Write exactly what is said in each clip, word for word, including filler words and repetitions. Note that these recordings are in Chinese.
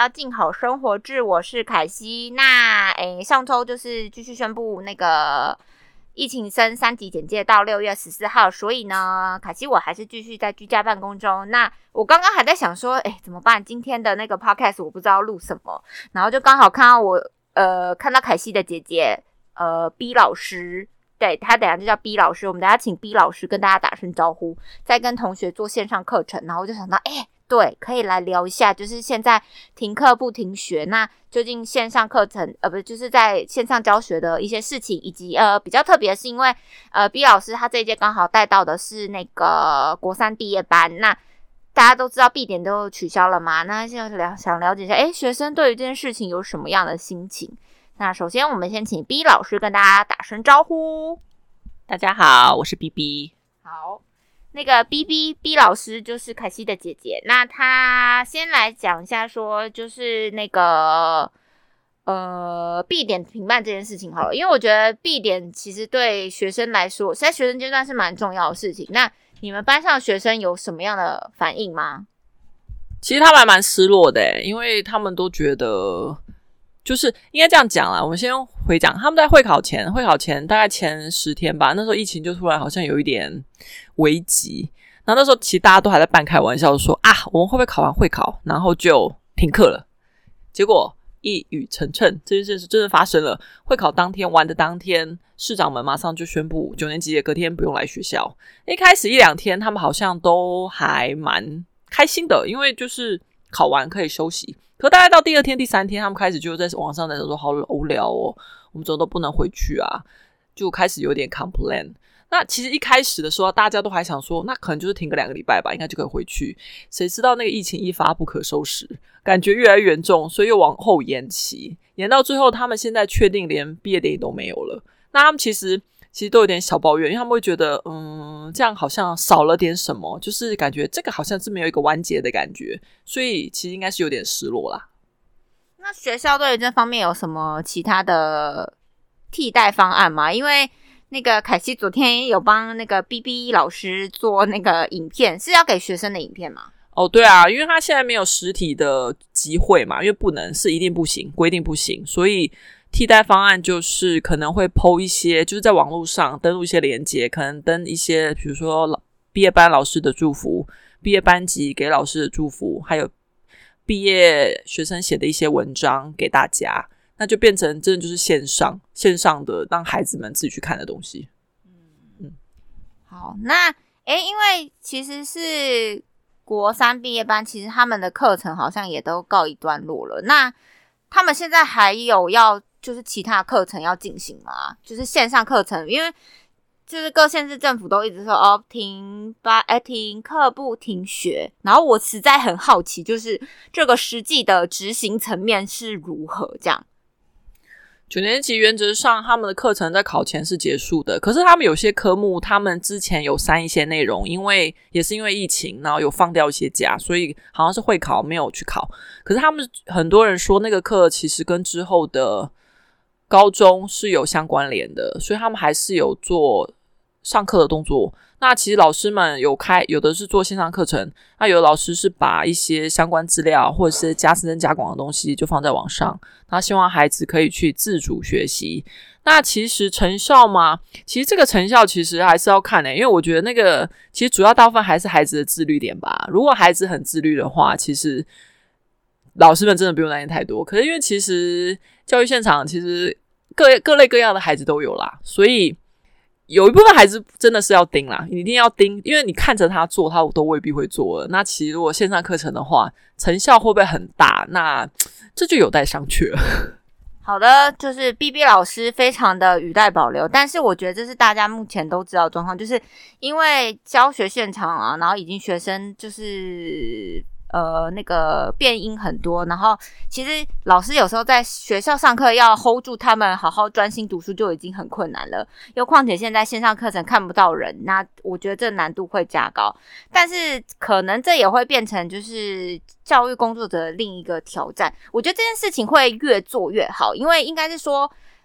静好生活志，我是凯西。那诶，上周就是继续宣布那个疫情升三级简介到六月十四号，所以呢，凯西我还是继续在居家办公中。那我刚刚还在想说，诶，怎么办？今天的那个 podcast 我不知道录什么，然后就刚好看到我呃看到凯西的姐姐呃 B 老师。对，他等一下就叫 B 老师，我们等一下请 B 老师跟大家打声招呼，再跟同学做线上课程。然后我就想到，哎，对，可以来聊一下，就是现在停课不停学，那究竟线上课程，呃，不是，就是在线上教学的一些事情，以及呃比较特别的是，因为呃 B 老师他这一届刚好带到的是那个国三毕业班，那大家都知道毕典都取消了嘛，那现在了想了解一下，哎，学生对于这件事情有什么样的心情？那首先我们先请 B 老师跟大家打声招呼。 大家好，我是 B B。 好，那个 B B B 老师就是凯西的姐姐，那她先来讲一下说就是那个呃毕典评办这件事情好了，因为我觉得毕典其实对学生来说在学生阶段是蛮重要的事情。那你们班上的学生有什么样的反应吗？ 其实他们还蛮失落的耶，因为他们都觉得就是应该这样讲啦，我们先回讲，他们在会考前会考前大概前十天吧，那时候疫情就突然好像有一点危急，然后那时候其实大家都还在半开玩笑说啊，我们会不会考完会考然后就停课了，结果一语成谶，这件事真的发生了。会考当天完的当天，市长们马上就宣布九年级的隔天不用来学校。一开始一两天他们好像都还蛮开心的，因为就是考完可以休息，可大概到第二天第三天他们开始就在网上在说好无聊哦，我们怎么都不能回去啊，就开始有点 complain。 那其实一开始的时候大家都还想说那可能就是停个两个礼拜吧，应该就可以回去，谁知道那个疫情一发不可收拾，感觉越来越严重，所以又往后延期，延到最后他们现在确定连毕业典礼都没有了。那他们其实其实都有点小抱怨，因为他们会觉得嗯，这样好像少了点什么，就是感觉这个好像是没有一个完结的感觉，所以其实应该是有点失落啦。 那学校对于这方面有什么其他的替代方案吗？因为那个凯西昨天有帮那个 B B 老师做那个影片，是要给学生的影片吗？ 哦，对啊，因为他现在没有实体的集会嘛，因为不能，是一定不行，规定不行，所以替代方案就是可能会 po 一些，就是在网络上登录一些连结，可能登一些比如说毕业班老师的祝福，毕业班级给老师的祝福，还有毕业学生写的一些文章给大家，那就变成真的就是线上线上的让孩子们自己去看的东西。 嗯，好，那诶，因为其实是国三毕业班，其实他们的课程好像也都告一段落了，那他们现在还有要就是其他课程要进行吗？就是线上课程，因为就是各县市政府都一直说哦，停班，哎，停课不停学。然后我实在很好奇，就是这个实际的执行层面是如何这样。 九年级原则上他们的课程在考前是结束的，可是他们有些科目他们之前有删一些内容，因为也是因为疫情，然后有放掉一些假，所以好像是会考没有去考。可是他们很多人说那个课其实跟之后的高中是有相关联的，所以他们还是有做上课的动作。那其实老师们有开，有的是做线上课程，那有的老师是把一些相关资料或者是加深加广的东西就放在网上，他希望孩子可以去自主学习。那其实成效吗？其实这个成效其实还是要看欸，因为我觉得那个其实主要大部分还是孩子的自律点吧。如果孩子很自律的话，其实老师们真的不用担心太多。可是因为其实教育现场其实各各类各样的孩子都有啦，所以有一部分孩子真的是要盯啦，你一定要盯，因为你看着他做，他都未必会做了。那其实如果线上课程的话，成效会不会很大？那这就有待商榷了。 好的，就是 B B 老师非常的语带保留，但是我觉得这是大家目前都知道的状况，就是因为教学现场啊，然后已经学生就是呃那个变音很多，然后其实老师有时候在学校上课要 hold 住他们好好专心读书就已经很困难了，又况且现在线上课程看不到人，那我觉得这难度会加高，但是可能这也会变成就是教育工作者的另一个挑战。我觉得这件事情会越做越好，因为应该是说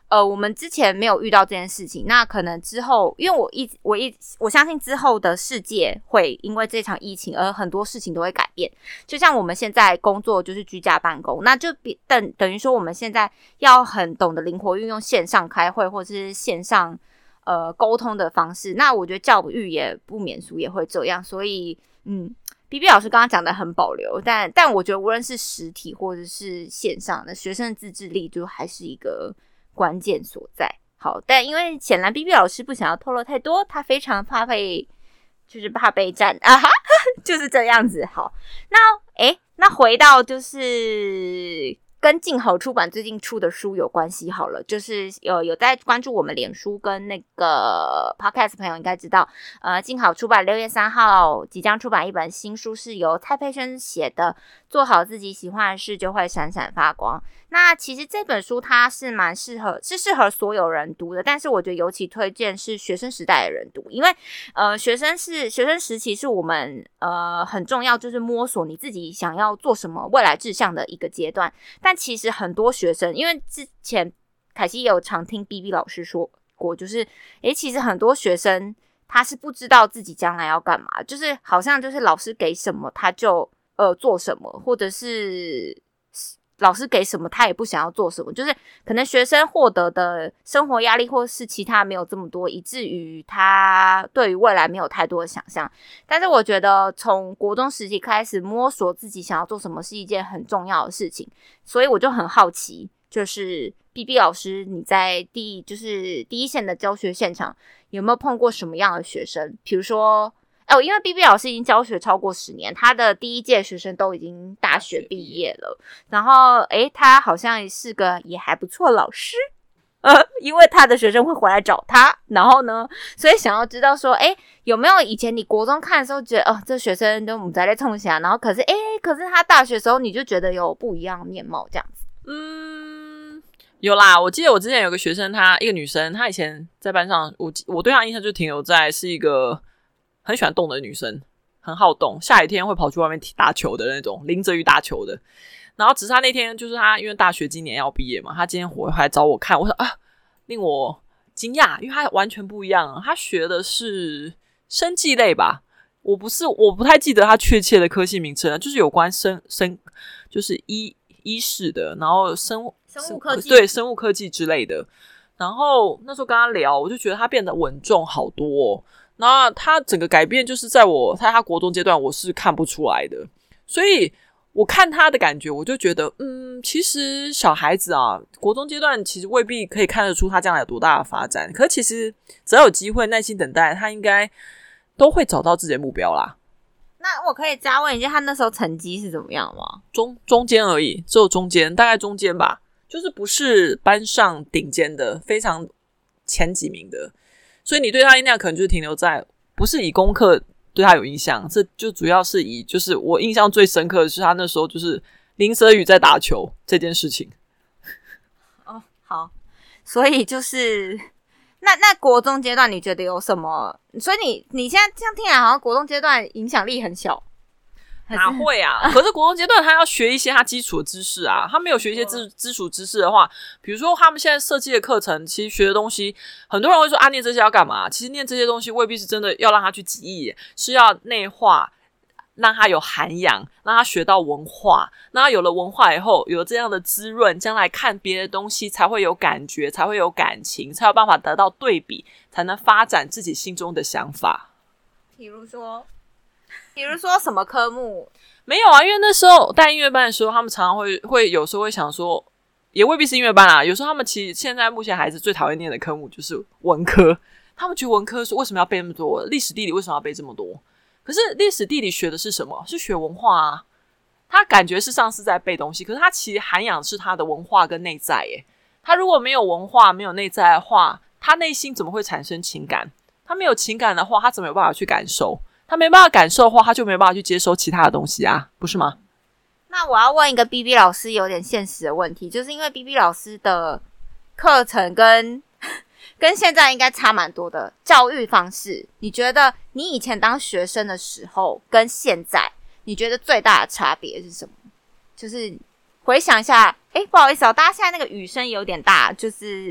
呃，我们之前没有遇到这件事情，那可能之后，因为我一我一我相信之后的世界会因为这场疫情而很多事情都会改变。就像我们现在工作就是居家办公，那就比等等于说我们现在要很懂得灵活运用线上开会或者是线上呃沟通的方式。那我觉得教育也不免俗也会这样，所以嗯。B B 老师刚刚讲的很保留，但但我觉得无论是实体或者是线上的学生的自制力，就还是一个关键所在。好，但因为显然 B B 老师不想要透露太多，他非常怕被，就是怕被占啊哈，就是这样子。好，那诶，那回到就是跟静好出版最近出的书有关系好了，就是有有在关注我们脸书跟那个 podcast 朋友应该知道，呃，静好出版六月三号即将出版一本新书，是由蔡佩轩写的，做好自己喜欢的事就会闪闪发光。那其实这本书它是蛮适合，是适合所有人读的，但是我觉得尤其推荐是学生时代的人读，因为呃，学生是学生时期是我们呃很重要，就是摸索你自己想要做什么未来志向的一个阶段。但其实很多学生，因为之前凯西也有常听 B B 老师说过，就是诶，其实很多学生他是不知道自己将来要干嘛，就是好像就是老师给什么他就呃做什么，或者是老师给什么他也不想要做什么，就是可能学生获得的生活压力或是其他没有这么多，以至于他对于未来没有太多的想象。但是我觉得从国中时期开始摸索自己想要做什么是一件很重要的事情，所以我就很好奇，就是 B B 老师你在第就是第一线的教学现场有没有碰过什么样的学生，比如说哦，因为 B B 老师已经教学超过十年，他的第一届学生都已经大学毕业了，然后诶，他好像是个也还不错老师，呃，因为他的学生会回来找他，然后呢，所以想要知道说，诶，有没有以前你国中看的时候觉得，哦，这学生都我们在在冲下，然后可是诶，可是他大学的时候你就觉得有不一样的面貌这样子？ 嗯，有啦，我记得我之前有个学生，她一个女生，她以前在班上，我我对她印象就停留在是一个很喜欢动的女生，很好动，下雨天会跑去外面打球的那种，淋着雨打球的。然后只是她那天就是她因为大学今年要毕业嘛，她今天回来找我看，我说啊，令我惊讶，因为她完全不一样，她学的是生技类吧，我不是我不太记得她确切的科系名称，就是有关生生就是医医事的，然后生生物科技， 对，生物科技之类的。然后那时候跟她聊，我就觉得她变得稳重好多哦。那他整个改变就是在我在他国中阶段我是看不出来的，所以我看他的感觉我就觉得嗯，其实小孩子啊，国中阶段其实未必可以看得出他将来有多大的发展，可是其实只要有机会耐心等待，他应该都会找到自己的目标啦。 那我可以加问一下他那时候成绩是怎么样吗？ 中中间而已，只有中间，大概中间吧，就是不是班上顶尖的，非常前几名的，所以你对他印象可能就是停留在不是以功课对他有印象，这就主要是以就是我印象最深刻的是他那时候就是淋着雨在打球这件事情。 哦，好，所以就是那那国中阶段你觉得有什么？所以你你现在这样听起来好像国中阶段影响力很小。 哪会啊？可是国中阶段他要学一些他基础的知识啊，他没有学一些基基础知识的话，比如说他们现在设计的课程，其实学的东西，很多人会说啊，念这些要干嘛？其实念这些东西未必是真的要让他去记忆，是要内化，让他有涵养，让他学到文化，让他有了文化以后，有这样的滋润，将来看别的东西才会有感觉，才会有感情，才有办法得到对比，才能发展自己心中的想法。 比如说。比如说什么科目？ 没有啊，因为那时候带音乐班的时候，他们常常会会有时候会想说，也未必是音乐班啦，有时候他们其实现在目前孩子最讨厌念的科目就是文科，他们觉得文科是为什么要背那么多，历史地理为什么要背这么多？可是历史地理学的是什么？是学文化啊。他感觉是上是在背东西，可是他其实涵养是他的文化跟内在耶。他如果没有文化没有内在的话，他内心怎么会产生情感？他没有情感的话，他怎么有办法去感受？他没办法感受的话，他就没办法去接收其他的东西啊，不是吗？ 那我要问一个 B B 老师有点现实的问题，就是因为 B B 老师的课程跟跟现在应该差蛮多的教育方式，你觉得你以前当学生的时候跟现在，你觉得最大的差别是什么？就是回想一下，诶，不好意思哦，大家现在那个雨声有点大，就是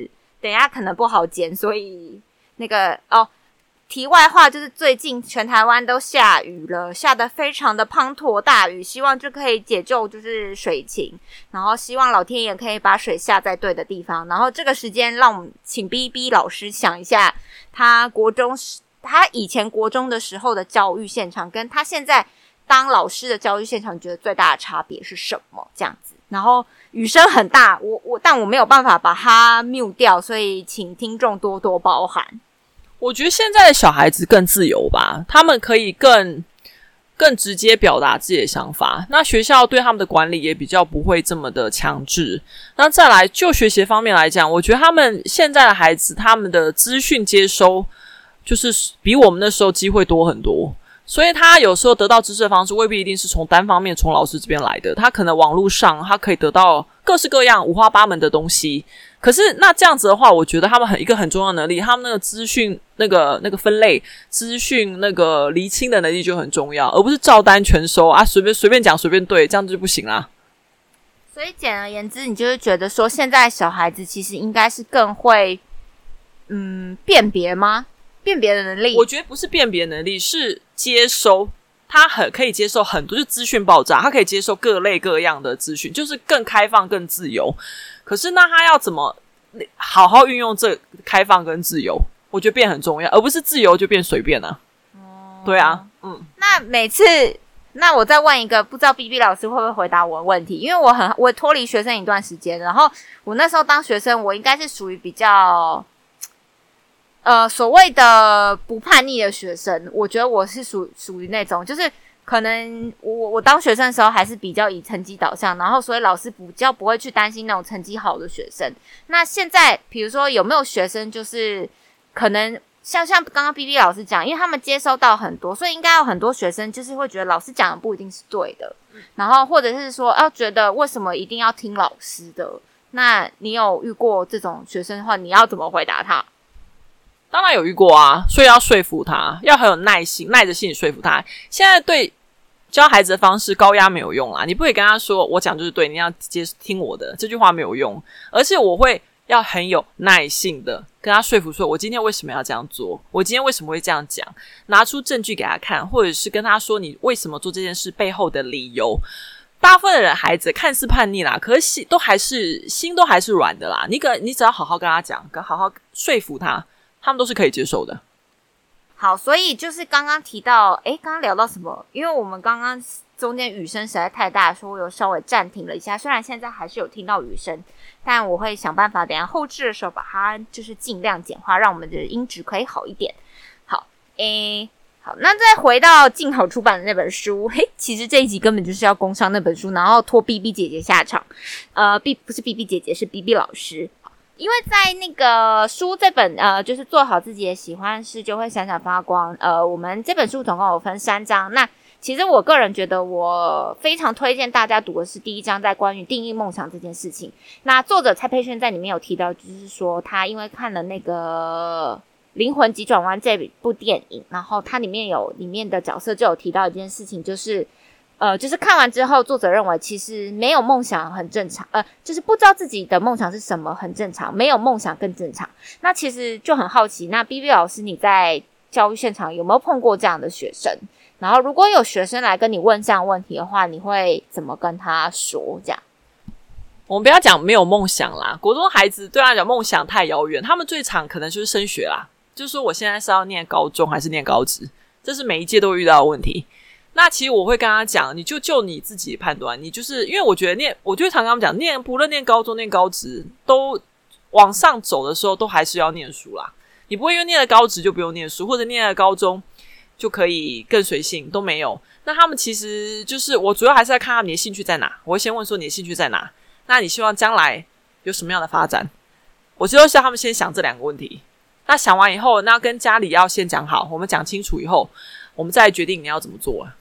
等一下可能不好剪，所以那个哦。题外话就是最近全台湾都下雨了，下得非常的滂沱大雨，希望就可以解救就是水情，然后希望老天爷可以把水下在对的地方。然后这个时间让我们请 B B 老师想一下，他国中他以前国中的时候的教育现场，跟他现在当老师的教育现场，觉得最大的差别是什么？这样子。然后雨声很大，我我但我没有办法把它 mute 掉，所以请听众多多包涵。 我觉得现在的小孩子更自由吧，他们可以更更直接表达自己的想法。那学校对他们的管理也比较不会这么的强制。那再来就学习方面来讲，我觉得他们现在的孩子，他们的资讯接收就是比我们那时候机会多很多。所以他有时候得到知识的方式未必一定是从单方面从老师这边来的，他可能网络上他可以得到各式各样五花八门的东西。可是那这样子的话，我觉得他们很一个很重要的能力，他们那个资讯那个那个分类资讯那个厘清的能力就很重要，而不是照单全收啊，随便随便讲随便对，这样就不行啦。 所以简而言之，你就是觉得说现在小孩子其实应该是更会嗯辨别吗？辨别的能力？ 我觉得不是辨别能力，是接收。他很可以接受很多，就是资讯爆炸，他可以接受各类各样的资讯，就是更开放更自由。可是那他要怎么好好运用这开放跟自由，我觉得变很重要，而不是自由就变随便啊。哦，对啊，嗯。 那每次，那我再问一个，不知道 B B 老师会不会回答我的问题？因为我很我脱离学生一段时间，然后我那时候当学生，我应该是属于比较。呃，所谓的不叛逆的学生，我觉得我是属属于那种，就是可能我我当学生的时候还是比较以成绩导向，然后所以老师比较不会去担心那种成绩好的学生。那现在比如说有没有学生就是可能像像刚刚 B B 老师讲，因为他们接收到很多，所以应该有很多学生就是会觉得老师讲的不一定是对的，然后或者是说要觉得为什么一定要听老师的？那你有遇过这种学生的话，你要怎么回答他？ 当然有遇过啊，所以要说服他，要很有耐心，耐着性子说服他。现在对教孩子的方式高压没有用啦，你不可以跟他说我讲就是对，你要接听我的，这句话没有用。而是我会要很有耐性的跟他说服说，我今天为什么要这样做，我今天为什么会这样讲，拿出证据给他看，或者是跟他说你为什么做这件事背后的理由。大部分的人孩子看似叛逆啦，可是心都还是心都还是软的啦。你可你只要好好跟他讲，跟好好说服他，他们都是可以接受的。 好，所以就是刚刚提到，诶，刚刚聊到什么？因为我们刚刚中间雨声实在太大，所以我有稍微暂停了一下。虽然现在还是有听到雨声，但我会想办法，等一下后置的时候把它就是尽量简化，让我们的音质可以好一点。好，诶，好，那再回到静好出版的那本书，嘿，其实这一集根本就是要工商那本书，然后拖 B B 姐姐下场。呃 ，B 不是 B B 姐姐，是 B B 老师。因为在那个书这本呃，就是做好自己的喜欢事就会闪闪发光。呃，我们这本书总共有分三章。那其实我个人觉得，我非常推荐大家读的是第一章，在关于定义梦想这件事情。那作者蔡佩轩在里面有提到，就是说他因为看了那个《灵魂急转弯》这部电影，然后它里面有里面的角色就有提到一件事情，就是。呃，就是看完之后，作者认为其实没有梦想很正常，呃，就是不知道自己的梦想是什么很正常，没有梦想更正常。那其实就很好奇，那 B B 老师你在教育现场有没有碰过这样的学生？然后如果有学生来跟你问这样的问题的话，你会怎么跟他说？这样， 我们不要讲没有梦想啦，国中孩子对他讲梦想太遥远，他们最常可能就是升学啦，就是说我现在是要念高中还是念高职，这是每一届都会遇到的问题。那其实我会跟他讲，你就就你自己判断，你就是因为我觉得念，我就常跟他们讲，念不论念高中念高职，都往上走的时候都还是要念书啦。你不会因为念了高职就不用念书，或者念了高中就可以更随性，都没有。那他们其实就是我主要还是在看他们的兴趣在哪，我会先问说你的兴趣在哪，那你希望将来有什么样的发展，我就希望他们先想这两个问题。那想完以后，那跟家里要先讲好，我们讲清楚以后，我们再决定你要怎么做啊。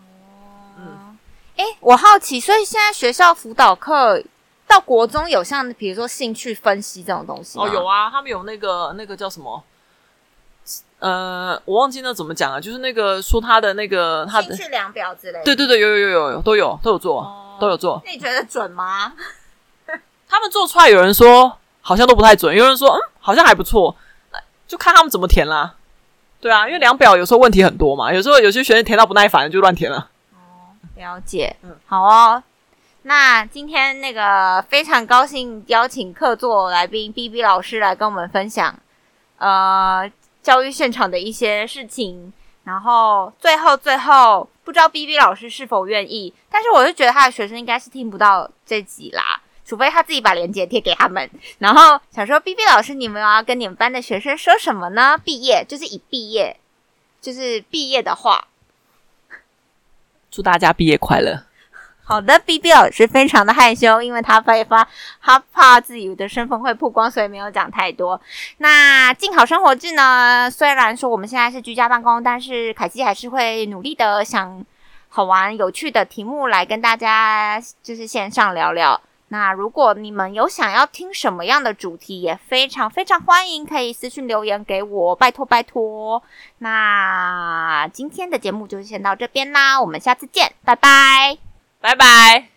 诶，我好奇，所以现在学校辅导课到国中有像比如说兴趣分析这种东西吗？ 哦，有啊，他们有那个那个叫什么？呃，我忘记那怎么讲了，就是那个说他的那个他的兴趣量表之类的。 对对对，有有有有有都有都有做、哦、都有做。 那你觉得准吗？ 他们做出来，有人说好像都不太准，有人说嗯好像还不错，就看他们怎么填啦。对啊，因为量表有时候问题很多嘛，有时候有些学生填到不耐烦就乱填了。 哦，了解。 嗯， 好哦。那今天那个非常高兴邀请客座来宾 B B 老师来跟我们分享呃教育现场的一些事情，然后最后最后不知道 B B 老师是否愿意，但是我就觉得他的学生应该是听不到这集啦，除非他自己把链接贴给他们。然后想说 B B 老师，你们要跟你们班的学生说什么呢？毕业就是以毕业，就是毕业的话， 祝大家毕业快乐。 好的 ，B B 老师非常的害羞，因为他怕发，他怕自己的身份会曝光，所以没有讲太多。那静好生活志呢？虽然说我们现在是居家办公，但是凯西还是会努力的想好玩有趣的题目来跟大家就是线上聊聊。那如果你们有想要听什么样的主题，也非常非常欢迎，可以私讯留言给我，拜托拜托。那今天的节目就先到这边啦，我们下次见，拜拜。 拜拜。